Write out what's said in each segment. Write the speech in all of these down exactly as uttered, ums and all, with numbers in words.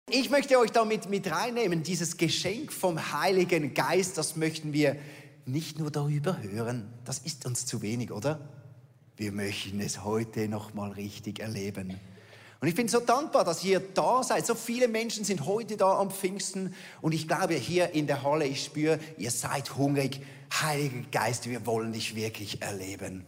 Ich möchte euch damit mit reinnehmen, dieses Geschenk vom Heiligen Geist, das möchten wir nicht nur darüber hören. Das ist uns zu wenig, oder? Wir möchten es heute noch mal richtig erleben. Und ich bin so dankbar, dass ihr da seid. So viele Menschen sind heute da am Pfingsten. Und ich glaube, hier in der Halle, ich spüre, ihr seid hungrig. Heiliger Geist, wir wollen dich wirklich erleben.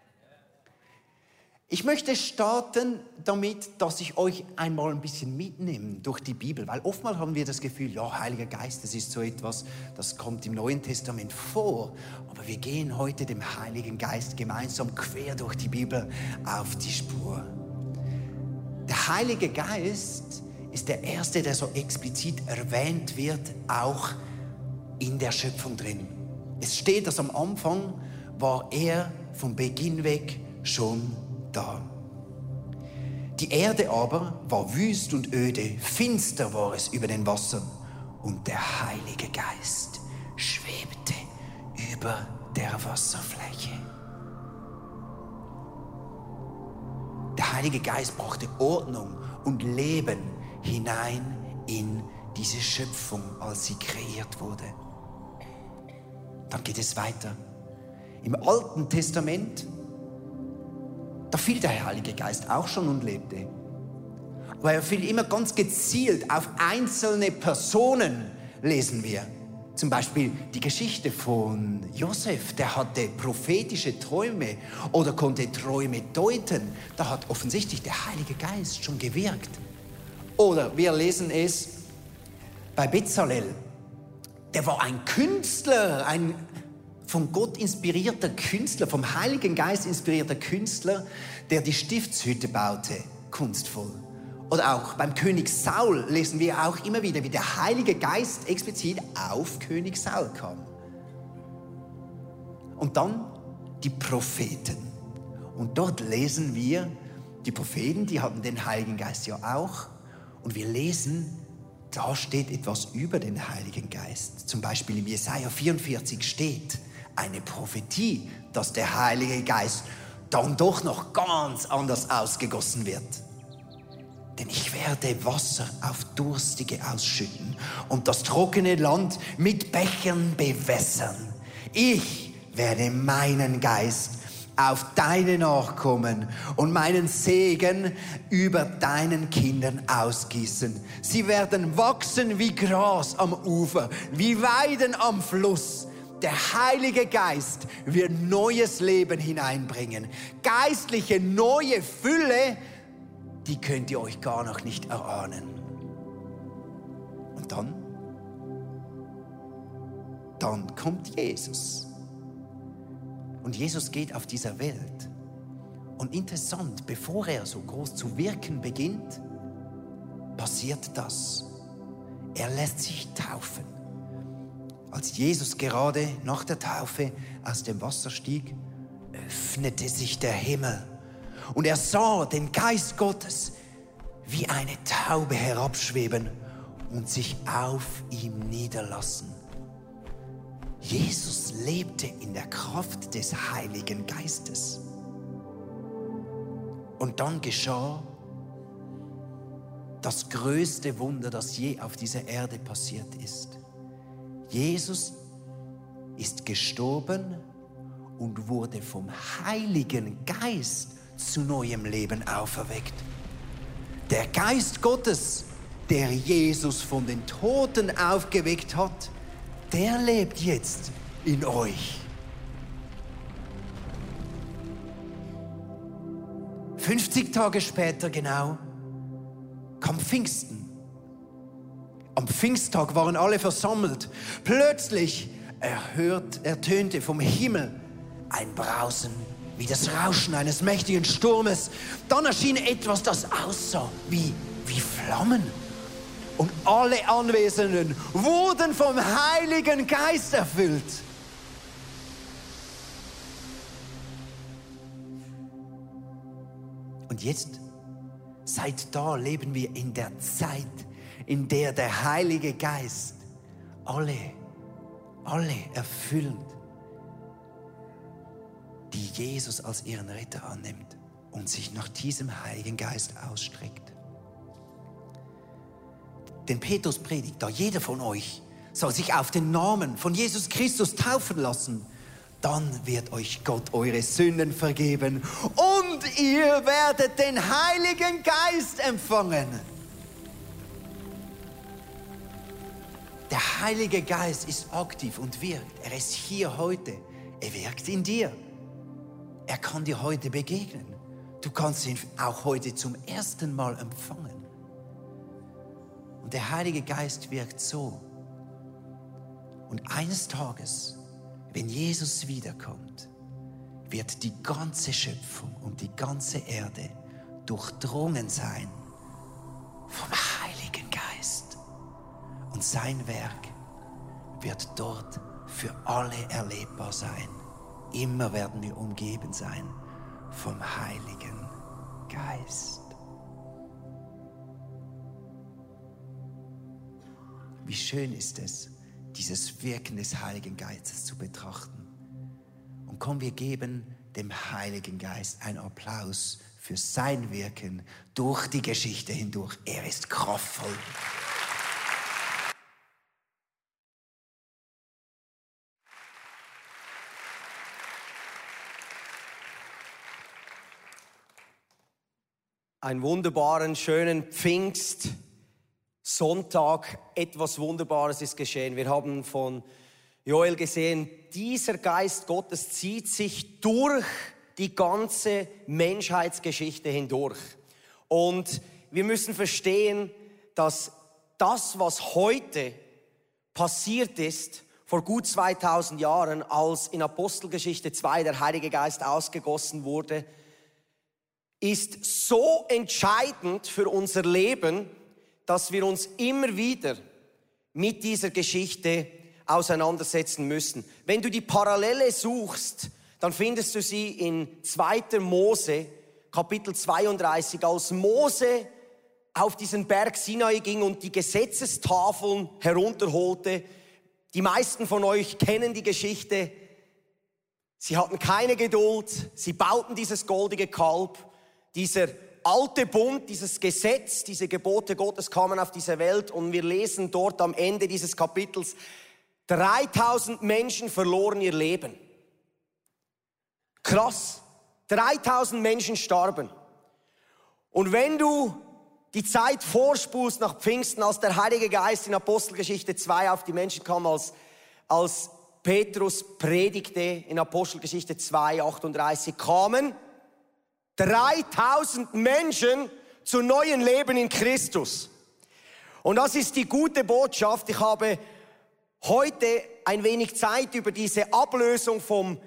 Ich möchte starten damit, dass ich euch einmal ein bisschen mitnehme durch die Bibel. Weil oftmals haben wir das Gefühl, ja, Heiliger Geist, das ist so etwas, das kommt im Neuen Testament vor. Aber wir gehen heute dem Heiligen Geist gemeinsam quer durch die Bibel auf die Spur. Der Heilige Geist ist der Erste, der so explizit erwähnt wird, auch in der Schöpfung drin. Es steht, dass am Anfang war er vom Beginn weg schon da. Die Erde aber war wüst und öde, finster war es über den Wassern und der Heilige Geist schwebte über der Wasserfläche. Der Heilige Geist brachte Ordnung und Leben hinein in diese Schöpfung, als sie kreiert wurde. Dann geht es weiter. Im Alten Testament, da fiel der Heilige Geist auch schon und lebte. Aber er fiel immer ganz gezielt auf einzelne Personen, lesen wir. Zum Beispiel die Geschichte von Josef, der hatte prophetische Träume oder konnte Träume deuten. Da hat offensichtlich der Heilige Geist schon gewirkt. Oder wir lesen es bei Bezalel. Der war ein Künstler, ein von Gott inspirierter Künstler, vom Heiligen Geist inspirierter Künstler, der die Stiftshütte baute, kunstvoll. Oder auch beim König Saul lesen wir auch immer wieder, wie der Heilige Geist explizit auf König Saul kam. Und dann die Propheten. Und dort lesen wir, die Propheten, die hatten den Heiligen Geist ja auch. Und wir lesen, da steht etwas über den Heiligen Geist. Zum Beispiel im Jesaja vierundvierzig steht eine Prophetie, dass der Heilige Geist dann doch noch ganz anders ausgegossen wird. Denn ich werde Wasser auf Durstige ausschütten und das trockene Land mit Bächen bewässern. Ich werde meinen Geist auf deine Nachkommen und meinen Segen über deinen Kindern ausgießen. Sie werden wachsen wie Gras am Ufer, wie Weiden am Fluss. Der Heilige Geist wird neues Leben hineinbringen. Geistliche neue Fülle, die könnt ihr euch gar noch nicht erahnen. Und dann? Dann kommt Jesus. Und Jesus geht auf dieser Welt. Und interessant, bevor er so groß zu wirken beginnt, passiert das. Er lässt sich taufen. Als Jesus gerade nach der Taufe aus dem Wasser stieg, öffnete sich der Himmel. Und er sah den Geist Gottes wie eine Taube herabschweben und sich auf ihm niederlassen. Jesus lebte in der Kraft des Heiligen Geistes. Und dann geschah das größte Wunder, das je auf dieser Erde passiert ist. Jesus ist gestorben und wurde vom Heiligen Geist zu neuem Leben auferweckt. Der Geist Gottes, der Jesus von den Toten aufgeweckt hat, der lebt jetzt in euch. fünfzig Tage später genau kam Pfingsten. Am Pfingsttag waren alle versammelt. Plötzlich erhört, ertönte vom Himmel ein Brausen wie das Rauschen eines mächtigen Sturmes. Dann erschien etwas, das aussah wie, wie Flammen. Und alle Anwesenden wurden vom Heiligen Geist erfüllt. Und jetzt, seit da leben wir in der Zeit, in der der Heilige Geist alle, alle erfüllt, die Jesus als ihren Retter annimmt und sich nach diesem Heiligen Geist ausstreckt. den Petrus predigt, da jeder von euch soll sich auf den Namen von Jesus Christus taufen lassen, dann wird euch Gott eure Sünden vergeben und ihr werdet den Heiligen Geist empfangen. Der Heilige Geist ist aktiv und wirkt. Er ist hier heute. Er wirkt in dir. Er kann dir heute begegnen. Du kannst ihn auch heute zum ersten Mal empfangen. Und der Heilige Geist wirkt so. Und eines Tages, wenn Jesus wiederkommt, wird die ganze Schöpfung und die ganze Erde durchdrungen sein vom Heiligen Geist. Und sein Werk wird dort für alle erlebbar sein. Immer werden wir umgeben sein vom Heiligen Geist. Wie schön ist es, dieses Wirken des Heiligen Geistes zu betrachten. Und komm, wir geben dem Heiligen Geist einen Applaus für sein Wirken durch die Geschichte hindurch. Er ist kraftvoll. Einen wunderbaren, schönen Pfingstsonntag. Etwas Wunderbares ist geschehen. Wir haben von Joel gesehen, dieser Geist Gottes zieht sich durch die ganze Menschheitsgeschichte hindurch. Und wir müssen verstehen, dass das, was heute passiert ist, vor gut zweitausend Jahren, als in Apostelgeschichte zwei der Heilige Geist ausgegossen wurde, ist so entscheidend für unser Leben, dass wir uns immer wieder mit dieser Geschichte auseinandersetzen müssen. Wenn du die Parallele suchst, dann findest du sie in zweiter Mose, Kapitel zweiunddreißig, als Mose auf diesen Berg Sinai ging und die Gesetzestafeln herunterholte. Die meisten von euch kennen die Geschichte. Sie hatten keine Geduld, sie bauten dieses goldige Kalb. Dieser alte Bund, dieses Gesetz, diese Gebote Gottes kamen auf diese Welt und wir lesen dort am Ende dieses Kapitels, dreitausend Menschen verloren ihr Leben. Krass, dreitausend Menschen starben. Und wenn du die Zeit vorspulst nach Pfingsten, als der Heilige Geist in Apostelgeschichte zwei auf die Menschen kam, als, als Petrus predigte in Apostelgeschichte zwei, achtunddreißig, kamen dreitausend Menschen zu neuen Leben in Christus. Und das ist die gute Botschaft. Ich habe heute ein wenig Zeit über diese Ablösung vom,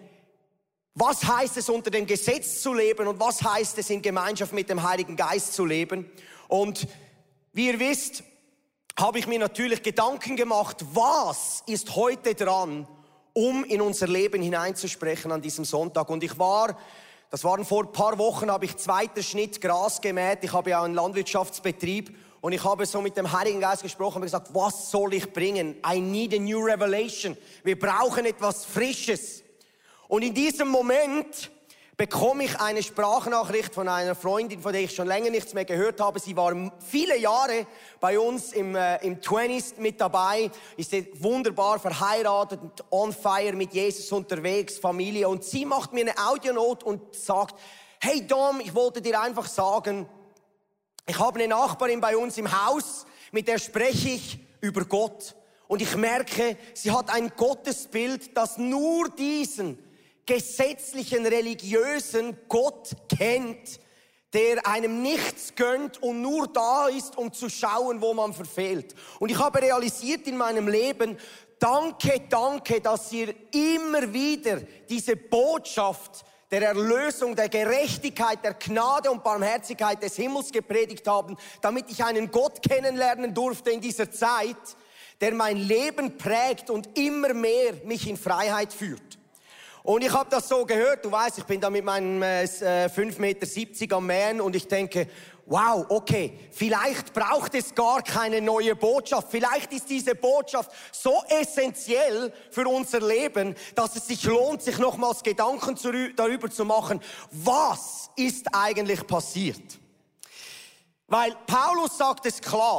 was heißt es unter dem Gesetz zu leben und was heißt es in Gemeinschaft mit dem Heiligen Geist zu leben. Und wie ihr wisst, habe ich mir natürlich Gedanken gemacht, was ist heute dran, um in unser Leben hineinzusprechen an diesem Sonntag. Und ich war Das waren vor ein paar Wochen, habe ich zweiter Schnitt Gras gemäht. Ich habe ja einen Landwirtschaftsbetrieb und ich habe so mit dem Heiligen Geist gesprochen und gesagt, was soll ich bringen? I need a new revelation. Wir brauchen etwas Frisches. Und in diesem Moment bekomme ich eine Sprachnachricht von einer Freundin, von der ich schon länger nichts mehr gehört habe. Sie war viele Jahre bei uns im, äh, im zwanzig mit dabei, ist wunderbar verheiratet, on fire mit Jesus unterwegs, Familie. Und sie macht mir eine Audionote und sagt, hey Dom, ich wollte dir einfach sagen, ich habe eine Nachbarin bei uns im Haus, mit der spreche ich über Gott. Und ich merke, sie hat ein Gottesbild, das nur diesen gesetzlichen, religiösen Gott kennt, der einem nichts gönnt und nur da ist, um zu schauen, wo man verfehlt. Und ich habe realisiert in meinem Leben, danke, danke, dass ihr immer wieder diese Botschaft der Erlösung, der Gerechtigkeit, der Gnade und Barmherzigkeit des Himmels gepredigt haben, damit ich einen Gott kennenlernen durfte in dieser Zeit, der mein Leben prägt und immer mehr mich in Freiheit führt. Und ich habe das so gehört, du weißt, ich bin da mit meinem äh, fünf Meter siebzig am Mähen und ich denke, wow, okay, vielleicht braucht es gar keine neue Botschaft. Vielleicht ist diese Botschaft so essentiell für unser Leben, dass es sich lohnt, sich nochmals Gedanken zu, darüber zu machen, was ist eigentlich passiert. Weil Paulus sagt es klar,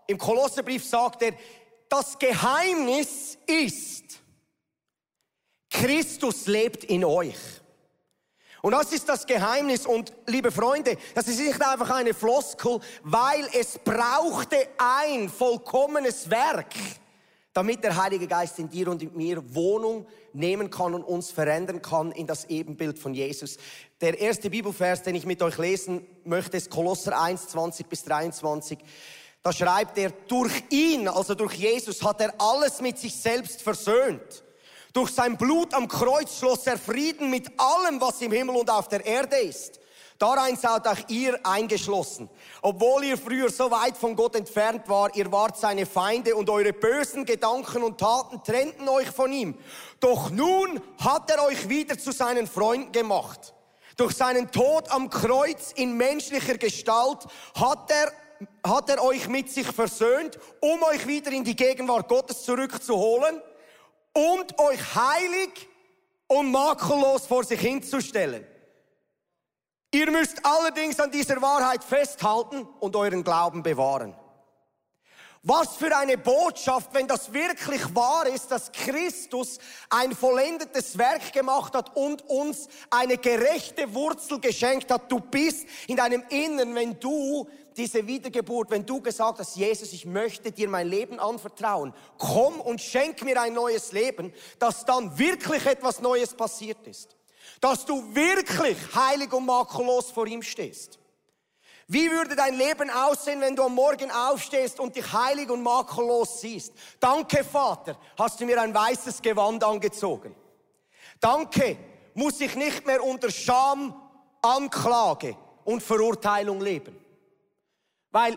im Kolosserbrief sagt er, das Geheimnis ist, Christus lebt in euch. Und das ist das Geheimnis. Und liebe Freunde, das ist nicht einfach eine Floskel, weil es brauchte ein vollkommenes Werk, damit der Heilige Geist in dir und in mir Wohnung nehmen kann und uns verändern kann in das Ebenbild von Jesus. Der erste Bibelvers, den ich mit euch lesen möchte, ist Kolosser eins, zwanzig bis dreiundzwanzig. Da schreibt er, durch ihn, also durch Jesus, hat er alles mit sich selbst versöhnt. Durch sein Blut am Kreuz schloss er Frieden mit allem, was im Himmel und auf der Erde ist. Darein seid auch ihr eingeschlossen. Obwohl ihr früher so weit von Gott entfernt war, ihr wart seine Feinde und eure bösen Gedanken und Taten trennten euch von ihm. Doch nun hat er euch wieder zu seinen Freunden gemacht. Durch seinen Tod am Kreuz in menschlicher Gestalt hat er, hat er euch mit sich versöhnt, um euch wieder in die Gegenwart Gottes zurückzuholen und euch heilig und makellos vor sich hinzustellen. Ihr müsst allerdings an dieser Wahrheit festhalten und euren Glauben bewahren. Was für eine Botschaft, wenn das wirklich wahr ist, dass Christus ein vollendetes Werk gemacht hat und uns eine gerechte Wurzel geschenkt hat. Du bist in deinem Innern, wenn du diese Wiedergeburt, wenn du gesagt hast, Jesus, ich möchte dir mein Leben anvertrauen, komm und schenk mir ein neues Leben, dass dann wirklich etwas Neues passiert ist. Dass du wirklich heilig und makellos vor ihm stehst. Wie würde dein Leben aussehen, wenn du am Morgen aufstehst und dich heilig und makellos siehst? Danke, Vater, hast du mir ein weißes Gewand angezogen. Danke, muss ich nicht mehr unter Scham, Anklage und Verurteilung leben. Weil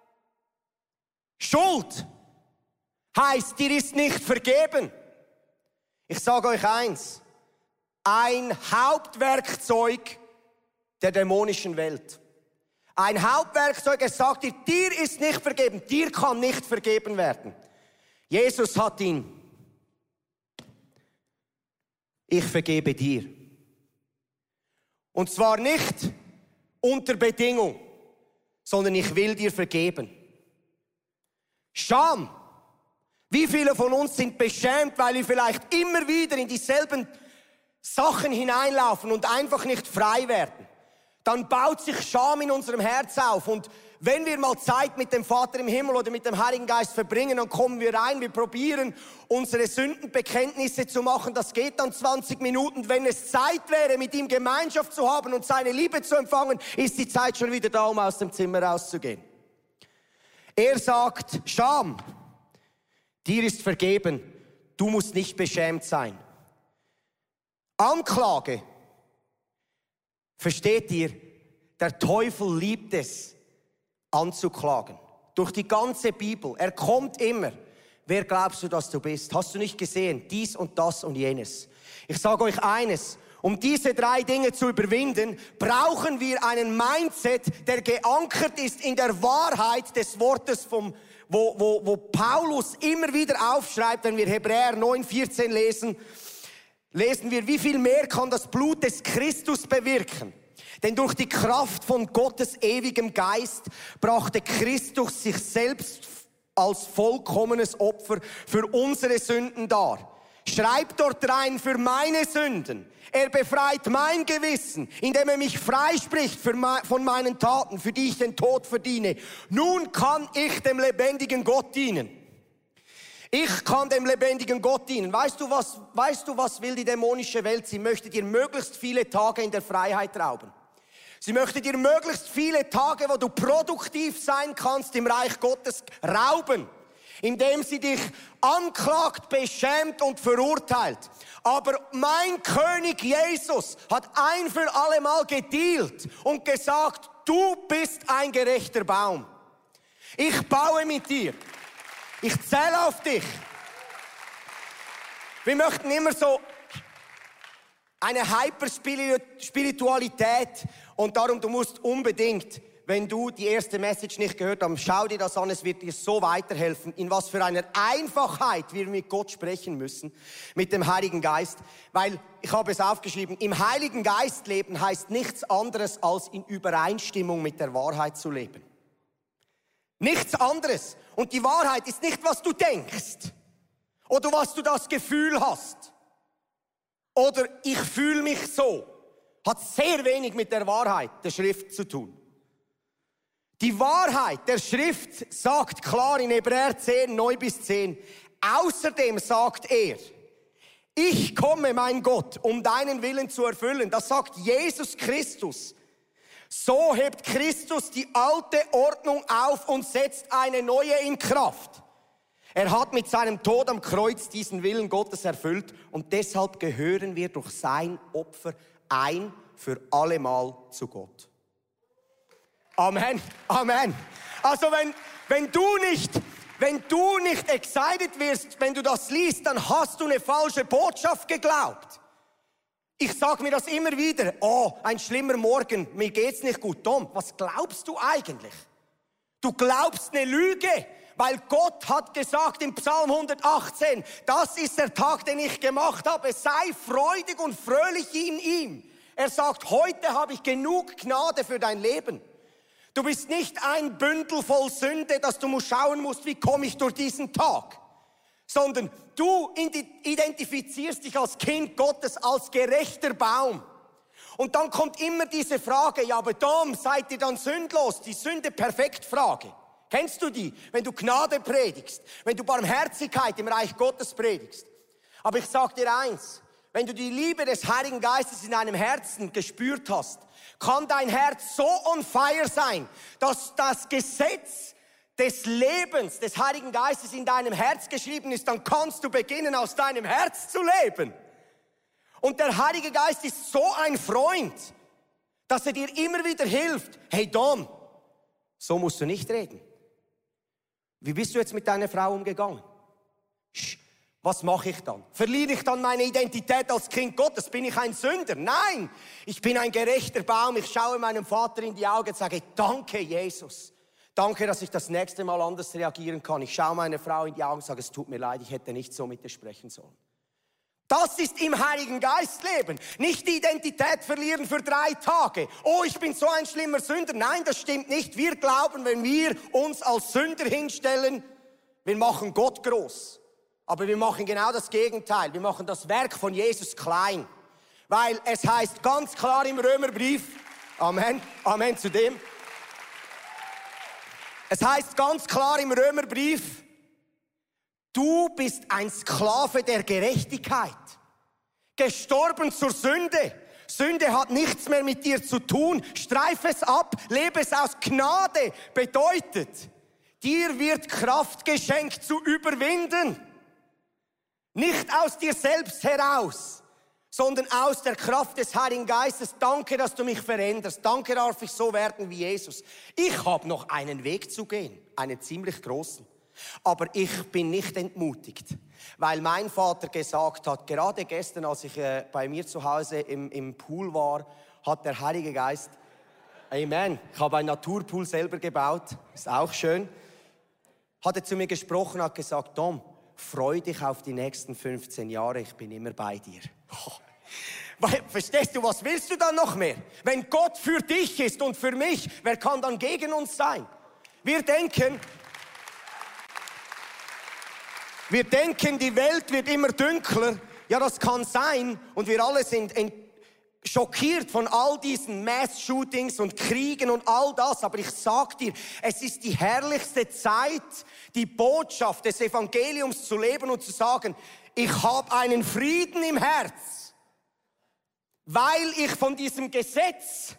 Schuld heißt, dir ist nicht vergeben. Ich sage euch eins. Ein Hauptwerkzeug der dämonischen Welt. Ein Hauptwerkzeug, er sagt dir, dir ist nicht vergeben, dir kann nicht vergeben werden. Jesus hat ihn. Ich vergebe dir. Und zwar nicht unter Bedingung, sondern ich will dir vergeben. Scham. Wie viele von uns sind beschämt, weil wir vielleicht immer wieder in dieselben Sachen hineinlaufen und einfach nicht frei werden, dann baut sich Scham in unserem Herz auf. Und wenn wir mal Zeit mit dem Vater im Himmel oder mit dem Heiligen Geist verbringen, dann kommen wir rein, wir probieren unsere Sündenbekenntnisse zu machen. Das geht dann zwanzig Minuten. Wenn es Zeit wäre, mit ihm Gemeinschaft zu haben und seine Liebe zu empfangen, ist die Zeit schon wieder da, um aus dem Zimmer rauszugehen. Er sagt, Scham, dir ist vergeben, du musst nicht beschämt sein. Anklage. Versteht ihr? Der Teufel liebt es, anzuklagen. Durch die ganze Bibel. Er kommt immer. Wer glaubst du, dass du bist? Hast du nicht gesehen? Dies und das und jenes. Ich sage euch eines. Um diese drei Dinge zu überwinden, brauchen wir einen Mindset, der geankert ist in der Wahrheit des Wortes vom wo, wo, wo Paulus immer wieder aufschreibt, wenn wir Hebräer neun, vierzehn lesen, lesen wir, wie viel mehr kann das Blut des Christus bewirken? Denn durch die Kraft von Gottes ewigem Geist brachte Christus sich selbst als vollkommenes Opfer für unsere Sünden dar. Schreibt dort rein, für meine Sünden. Er befreit mein Gewissen, indem er mich freispricht für me- von meinen Taten, für die ich den Tod verdiene. Nun kann ich dem lebendigen Gott dienen. Ich kann dem lebendigen Gott dienen. Weißt du, was, weißt du, was will die dämonische Welt? Sie möchte dir möglichst viele Tage in der Freiheit rauben. Sie möchte dir möglichst viele Tage, wo du produktiv sein kannst im Reich Gottes, rauben. Indem sie dich anklagt, beschämt und verurteilt. Aber mein König Jesus hat ein für alle Mal gedealt und gesagt, du bist ein gerechter Baum. Ich baue mit dir. Ich zähle auf dich. Wir möchten immer so eine Hyperspiritualität und darum, du musst unbedingt, wenn du die erste Message nicht gehört hast, schau dir das an, es wird dir so weiterhelfen, in was für einer Einfachheit wir mit Gott sprechen müssen, mit dem Heiligen Geist, weil, ich habe es aufgeschrieben, im Heiligen Geist leben heißt nichts anderes, als in Übereinstimmung mit der Wahrheit zu leben. Nichts anderes. Und die Wahrheit ist nicht, was du denkst oder was du das Gefühl hast oder ich fühle mich so. Hat sehr wenig mit der Wahrheit der Schrift zu tun. Die Wahrheit der Schrift sagt klar in Hebräer zehn, neun bis zehn, außerdem sagt er, ich komme, mein Gott, um deinen Willen zu erfüllen. Das sagt Jesus Christus. So hebt Christus die alte Ordnung auf und setzt eine neue in Kraft. Er hat mit seinem Tod am Kreuz diesen Willen Gottes erfüllt und deshalb gehören wir durch sein Opfer ein für allemal zu Gott. Amen, Amen. Also wenn, wenn du nicht, wenn du nicht excited wirst, wenn du das liest, dann hast du eine falsche Botschaft geglaubt. Ich sage mir das immer wieder. Oh, ein schlimmer Morgen, mir geht's nicht gut. Tom, was glaubst du eigentlich? Du glaubst eine Lüge, weil Gott hat gesagt im Psalm hundertachtzehn, das ist der Tag, den ich gemacht habe. Sei freudig und fröhlich in ihm. Er sagt, heute habe ich genug Gnade für dein Leben. Du bist nicht ein Bündel voll Sünde, dass du schauen musst, wie komme ich durch diesen Tag. Sondern du identifizierst dich als Kind Gottes, als gerechter Baum. Und dann kommt immer diese Frage, ja, aber Tom, seid ihr dann sündlos? Die Sünde-Perfekt-Frage. Kennst du die? Wenn du Gnade predigst, wenn du Barmherzigkeit im Reich Gottes predigst. Aber ich sag dir eins, wenn du die Liebe des Heiligen Geistes in deinem Herzen gespürt hast, kann dein Herz so on fire sein, dass das Gesetz des Lebens, des Heiligen Geistes in deinem Herz geschrieben ist, dann kannst du beginnen, aus deinem Herz zu leben. Und der Heilige Geist ist so ein Freund, dass er dir immer wieder hilft. Hey Dom, so musst du nicht reden. Wie bist du jetzt mit deiner Frau umgegangen? Sch, was mache ich dann? Verliere ich dann meine Identität als Kind Gottes? Bin ich ein Sünder? Nein, ich bin ein gerechter Baum. Ich schaue meinem Vater in die Augen und sage, danke Jesus. Danke, dass ich das nächste Mal anders reagieren kann. Ich schaue meine Frau in die Augen und sage, es tut mir leid, ich hätte nicht so mit dir sprechen sollen. Das ist im Heiligen Geist leben. Nicht die Identität verlieren für drei Tage. Oh, ich bin so ein schlimmer Sünder. Nein, das stimmt nicht. Wir glauben, wenn wir uns als Sünder hinstellen, wir machen Gott groß. Aber wir machen genau das Gegenteil. Wir machen das Werk von Jesus klein. Weil es heißt ganz klar im Römerbrief, Amen, Amen zu dem, es heißt ganz klar im Römerbrief, du bist ein Sklave der Gerechtigkeit, gestorben zur Sünde. Sünde hat nichts mehr mit dir zu tun. Streif es ab, lebe es aus Gnade. Bedeutet, dir wird Kraft geschenkt zu überwinden. Nicht aus dir selbst heraus, sondern aus der Kraft des Heiligen Geistes. Danke, dass du mich veränderst. Danke, darf ich so werden wie Jesus. Ich habe noch einen Weg zu gehen, einen ziemlich großen. Aber ich bin nicht entmutigt, weil mein Vater gesagt hat, gerade gestern, als ich äh, bei mir zu Hause im, im Pool war, hat der Heilige Geist, Amen, ich habe einen Naturpool selber gebaut, ist auch schön, hat er zu mir gesprochen, hat gesagt, Tom, freu dich auf die nächsten fünfzehn Jahre, ich bin immer bei dir. Weil, verstehst du, was willst du dann noch mehr? Wenn Gott für dich ist und für mich, wer kann dann gegen uns sein? Wir denken, wir denken, die Welt wird immer dunkler. Ja, das kann sein. Und wir alle sind schockiert von all diesen Mass-Shootings und Kriegen und all das. Aber ich sag dir, es ist die herrlichste Zeit, die Botschaft des Evangeliums zu leben und zu sagen, ich habe einen Frieden im Herz, weil ich von diesem Gesetz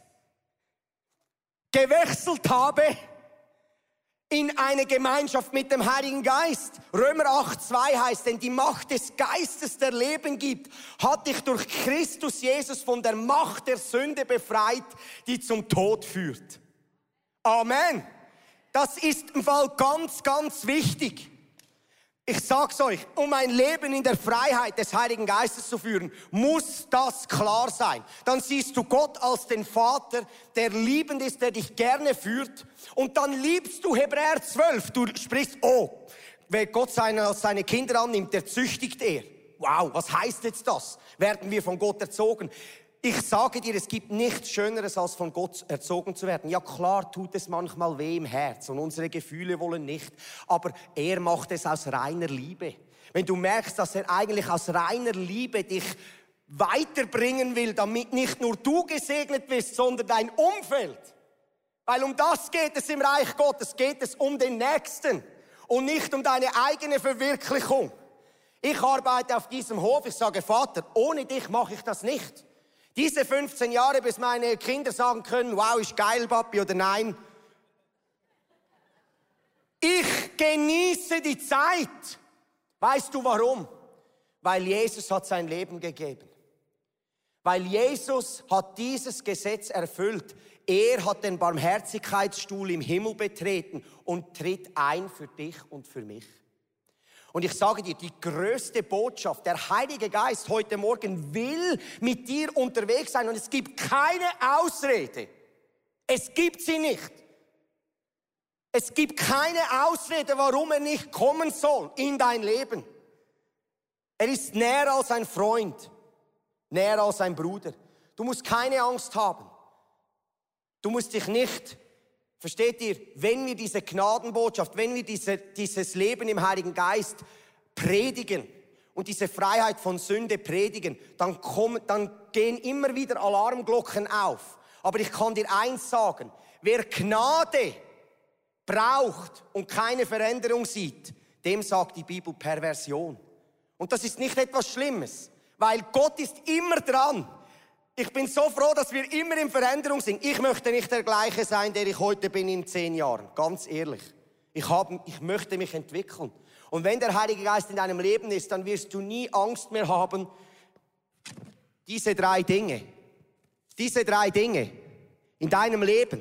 gewechselt habe in eine Gemeinschaft mit dem Heiligen Geist. Römer acht, zwei heißt, denn die Macht des Geistes, der Leben gibt, hat dich durch Christus Jesus von der Macht der Sünde befreit, die zum Tod führt. Amen. Das ist im Fall ganz, ganz wichtig. Ich sag's euch, um ein Leben in der Freiheit des Heiligen Geistes zu führen, muss das klar sein. Dann siehst du Gott als den Vater, der liebend ist, der dich gerne führt. Und dann liebst du Hebräer zwölf. Du sprichst, oh, wer Gott seine, als seine Kinder annimmt, der züchtigt er. Wow, was heißt jetzt das? Werden wir von Gott erzogen? ich sage dir, es gibt nichts Schöneres, als von Gott erzogen zu werden. Ja klar tut es manchmal weh im Herz und unsere Gefühle wollen nicht, aber er macht es aus reiner Liebe. Wenn du merkst, dass er eigentlich aus reiner Liebe dich weiterbringen will, damit nicht nur du gesegnet bist, sondern dein Umfeld. Weil um das geht es im Reich Gottes, geht es um den Nächsten und nicht um deine eigene Verwirklichung. Ich arbeite auf diesem Hof, ich sage, Vater, ohne dich mache ich das nicht. Diese fünfzehn Jahre, bis meine Kinder sagen können, wow, ist geil, Papi, oder nein. Ich genieße die Zeit. Weißt du warum? Weil Jesus hat sein Leben gegeben. Weil Jesus hat dieses Gesetz erfüllt. Er hat den Barmherzigkeitsstuhl im Himmel betreten und tritt ein für dich und für mich. Und ich sage dir, die größte Botschaft, der Heilige Geist heute Morgen will mit dir unterwegs sein und es gibt keine Ausrede. Es gibt sie nicht. Es gibt keine Ausrede, warum er nicht kommen soll in dein Leben. Er ist näher als ein Freund, näher als ein Bruder. Du musst keine Angst haben. Du musst dich nicht, versteht ihr, wenn wir diese Gnadenbotschaft, wenn wir diese, dieses Leben im Heiligen Geist predigen und diese Freiheit von Sünde predigen, dann, kommen, dann gehen immer wieder Alarmglocken auf. Aber ich kann dir eins sagen, wer Gnade braucht und keine Veränderung sieht, dem sagt die Bibel Perversion. Und das ist nicht etwas Schlimmes, weil Gott ist immer dran. Ich bin so froh, dass wir immer in Veränderung sind. Ich möchte nicht der gleiche sein, der ich heute bin in zehn Jahren. Ganz ehrlich. Ich, hab, ich möchte mich entwickeln. Und wenn der Heilige Geist in deinem Leben ist, dann wirst du nie Angst mehr haben, diese drei Dinge, diese drei Dinge in deinem Leben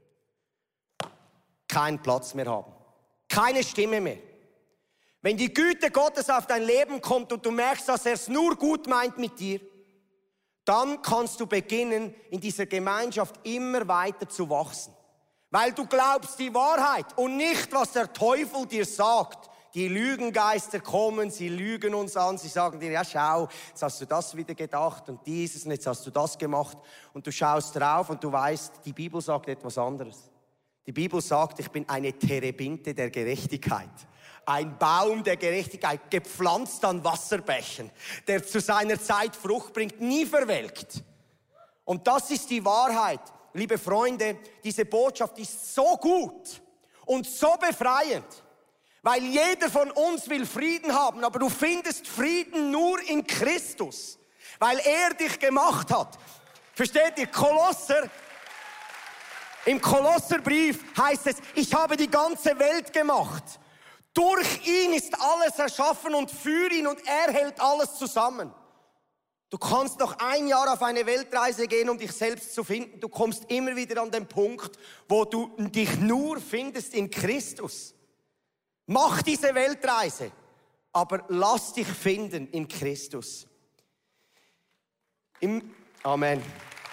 keinen Platz mehr haben. Keine Stimme mehr. Wenn die Güte Gottes auf dein Leben kommt und du merkst, dass er es nur gut meint mit dir, dann kannst du beginnen, in dieser Gemeinschaft immer weiter zu wachsen. Weil du glaubst die Wahrheit und nicht, was der Teufel dir sagt. Die Lügengeister kommen, sie lügen uns an, sie sagen dir, ja schau, jetzt hast du das wieder gedacht und dieses und jetzt hast du das gemacht. Und du schaust drauf und du weißt, die Bibel sagt etwas anderes. Die Bibel sagt, ich bin eine Terebinte der Gerechtigkeit. Ein Baum der Gerechtigkeit, gepflanzt an Wasserbächen, der zu seiner Zeit Frucht bringt, nie verwelkt. Und das ist die Wahrheit. Liebe Freunde, diese Botschaft ist so gut und so befreiend, weil jeder von uns will Frieden haben, aber du findest Frieden nur in Christus, weil er dich gemacht hat. Versteht ihr? Kolosser, im Kolosserbrief heißt es, ich habe die ganze Welt gemacht. Durch ihn ist alles erschaffen und für ihn und er hält alles zusammen. Du kannst noch ein Jahr auf eine Weltreise gehen, um dich selbst zu finden. Du kommst immer wieder an den Punkt, wo du dich nur findest in Christus. Mach diese Weltreise, aber lass dich finden in Christus. Im Amen.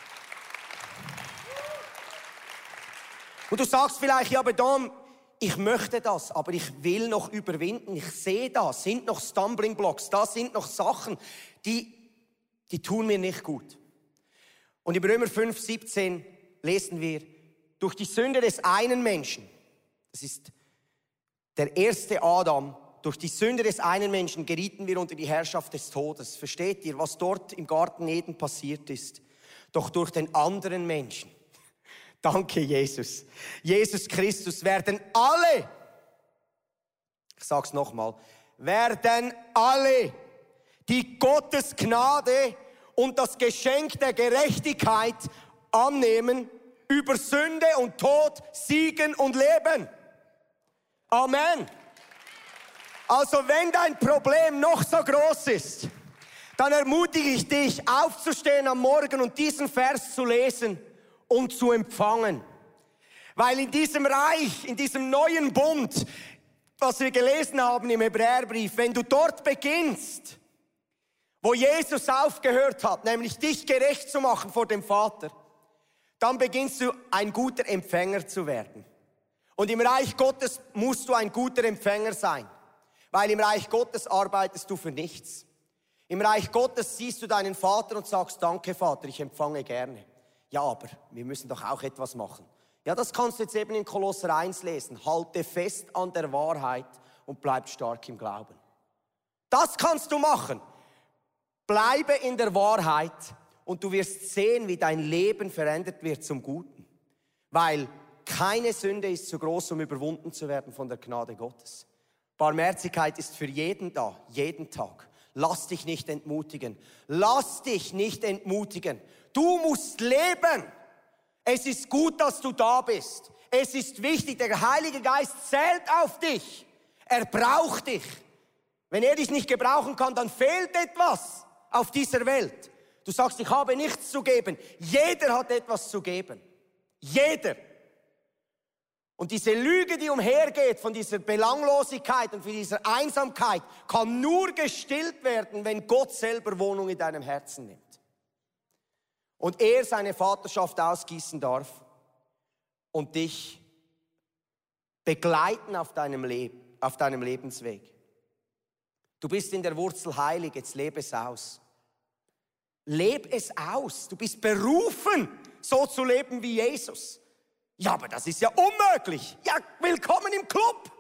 Und du sagst vielleicht, ja, aber Dom, ich möchte das, aber ich will noch überwinden. Ich sehe da, sind noch Stumbling Blocks, da sind noch Sachen, die, die tun mir nicht gut. Und im Römer fünf, siebzehn lesen wir, durch die Sünde des einen Menschen, das ist der erste Adam, durch die Sünde des einen Menschen gerieten wir unter die Herrschaft des Todes. Versteht ihr, was dort im Garten Eden passiert ist? Doch durch den anderen Menschen, danke Jesus, Jesus Christus, werden alle, ich sag's nochmal, werden alle, die Gottes Gnade und das Geschenk der Gerechtigkeit annehmen, über Sünde und Tod siegen und leben. Amen. Also wenn dein Problem noch so groß ist, dann ermutige ich dich, aufzustehen am Morgen und diesen Vers zu lesen und zu empfangen. Weil in diesem Reich, in diesem neuen Bund, was wir gelesen haben im Hebräerbrief, wenn du dort beginnst, wo Jesus aufgehört hat, nämlich dich gerecht zu machen vor dem Vater, dann beginnst du ein guter Empfänger zu werden. Und im Reich Gottes musst du ein guter Empfänger sein, weil im Reich Gottes arbeitest du für nichts. Im Reich Gottes siehst du deinen Vater und sagst, danke Vater, ich empfange gerne. Ja, aber wir müssen doch auch etwas machen. Ja, das kannst du jetzt eben in Kolosser eins lesen. Halte fest an der Wahrheit und bleib stark im Glauben. Das kannst du machen. Bleibe in der Wahrheit und du wirst sehen, wie dein Leben verändert wird zum Guten. Weil keine Sünde ist zu groß, um überwunden zu werden von der Gnade Gottes. Barmherzigkeit ist für jeden da, jeden Tag. Lass dich nicht entmutigen. Lass dich nicht entmutigen. Du musst leben. Es ist gut, dass du da bist. Es ist wichtig, der Heilige Geist zählt auf dich. Er braucht dich. Wenn er dich nicht gebrauchen kann, dann fehlt etwas auf dieser Welt. Du sagst, ich habe nichts zu geben. Jeder hat etwas zu geben. Jeder. Und diese Lüge, die umhergeht von dieser Belanglosigkeit und von dieser Einsamkeit, kann nur gestillt werden, wenn Gott selber Wohnung in deinem Herzen nimmt. Und er seine Vaterschaft ausgießen darf und dich begleiten auf deinem Leben, auf deinem Lebensweg. Du bist in der Wurzel heilig, jetzt lebe es aus. Leb es aus. Du bist berufen, so zu leben wie Jesus. Ja, aber das ist ja unmöglich. Ja, willkommen im Club.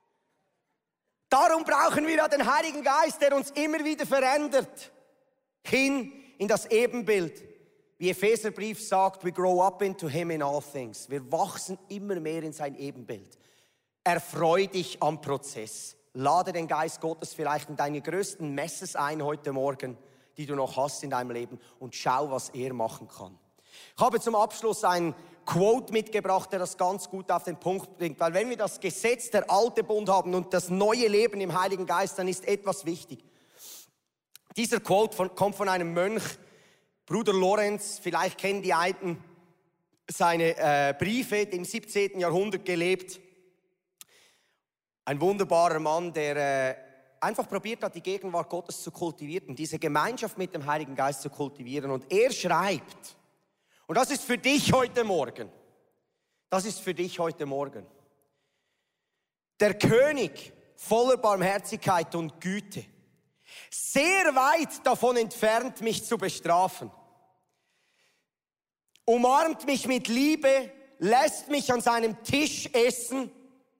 Darum brauchen wir ja den Heiligen Geist, der uns immer wieder verändert. Hin in das Ebenbild. Wie Epheserbrief sagt, we grow up into him in all things. Wir wachsen immer mehr in sein Ebenbild. Erfreu dich am Prozess. Lade den Geist Gottes vielleicht in deine größten Messes ein heute Morgen, die du noch hast in deinem Leben, und schau, was er machen kann. Ich habe zum Abschluss ein Quote mitgebracht, der das ganz gut auf den Punkt bringt. Weil wenn wir das Gesetz der alte Bund haben und das neue Leben im Heiligen Geist, dann ist etwas wichtig. Dieser Quote von, kommt von einem Mönch, Bruder Lorenz. Vielleicht kennen die einen seine äh, Briefe, im siebzehnten Jahrhundert gelebt. Ein wunderbarer Mann, der äh, einfach probiert hat, die Gegenwart Gottes zu kultivieren, diese Gemeinschaft mit dem Heiligen Geist zu kultivieren. Und er schreibt, und das ist für dich heute Morgen, das ist für dich heute Morgen, der König voller Barmherzigkeit und Güte, sehr weit davon entfernt, mich zu bestrafen, umarmt mich mit Liebe, lässt mich an seinem Tisch essen,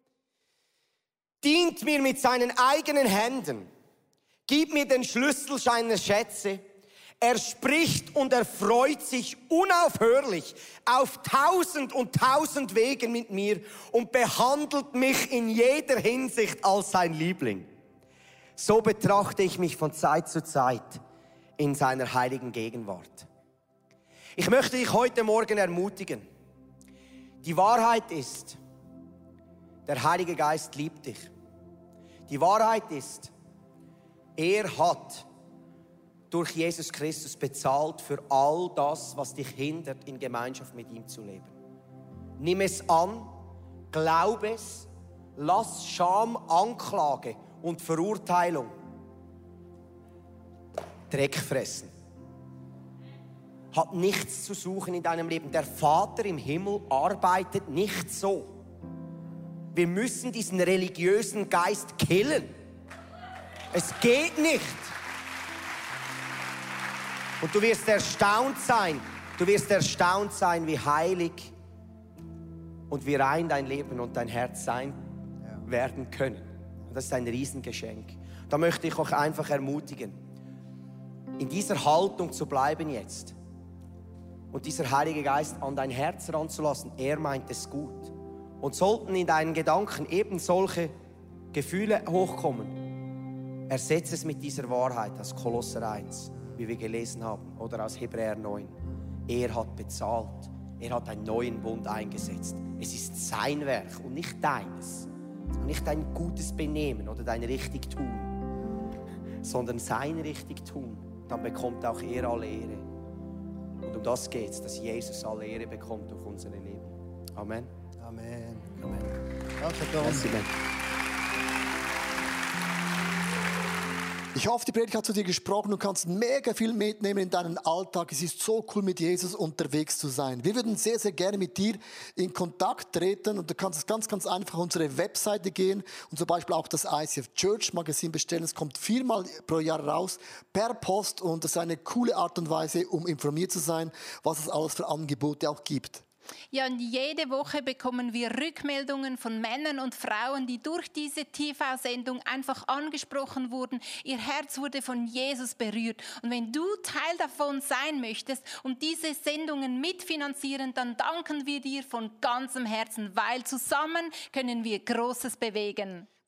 dient mir mit seinen eigenen Händen, gibt mir den Schlüssel seiner Schätze. Er spricht und er freut sich unaufhörlich auf tausend und tausend Wegen mit mir und behandelt mich in jeder Hinsicht als sein Liebling. So betrachte ich mich von Zeit zu Zeit in seiner heiligen Gegenwart. Ich möchte dich heute Morgen ermutigen. Die Wahrheit ist, der Heilige Geist liebt dich. Die Wahrheit ist, er hat durch Jesus Christus bezahlt für all das, was dich hindert, in Gemeinschaft mit ihm zu leben. Nimm es an, glaub es, lass Scham, Anklage und Verurteilung Dreck fressen. Hat nichts zu suchen in deinem Leben. Der Vater im Himmel arbeitet nicht so. Wir müssen diesen religiösen Geist killen. Es geht nicht. Und du wirst erstaunt sein, du wirst erstaunt sein, wie heilig und wie rein dein Leben und dein Herz sein werden können. Und das ist ein Riesengeschenk. Da möchte ich euch einfach ermutigen, in dieser Haltung zu bleiben jetzt und dieser Heilige Geist an dein Herz ranzulassen. Er meint es gut. Und sollten in deinen Gedanken eben solche Gefühle hochkommen, ersetze es mit dieser Wahrheit aus Kolosser eins, wie wir gelesen haben, oder aus Hebräer neun. Er hat bezahlt. Er hat einen neuen Bund eingesetzt. Es ist sein Werk und nicht deines. Und nicht dein gutes Benehmen oder dein Richtigtun, sondern sein Richtigtun. Dann bekommt auch er alle Ehre. Und um das geht es, dass Jesus alle Ehre bekommt durch unser Leben. Amen. Amen. Amen. Danke, Tom. Merci, Ich hoffe, die Predigt hat zu dir gesprochen. Du kannst mega viel mitnehmen in deinen Alltag. Es ist so cool, mit Jesus unterwegs zu sein. Wir würden sehr, sehr gerne mit dir in Kontakt treten. Und du kannst es ganz, ganz einfach auf unsere Webseite gehen und zum Beispiel auch das I C F Church Magazin bestellen. Es kommt viermal pro Jahr raus, per Post. Und das ist eine coole Art und Weise, um informiert zu sein, was es alles für Angebote auch gibt. Ja, und jede Woche bekommen wir Rückmeldungen von Männern und Frauen, die durch diese T V-Sendung einfach angesprochen wurden. Ihr Herz wurde von Jesus berührt. Und wenn du Teil davon sein möchtest und diese Sendungen mitfinanzieren, dann danken wir dir von ganzem Herzen, weil zusammen können wir Großes bewegen.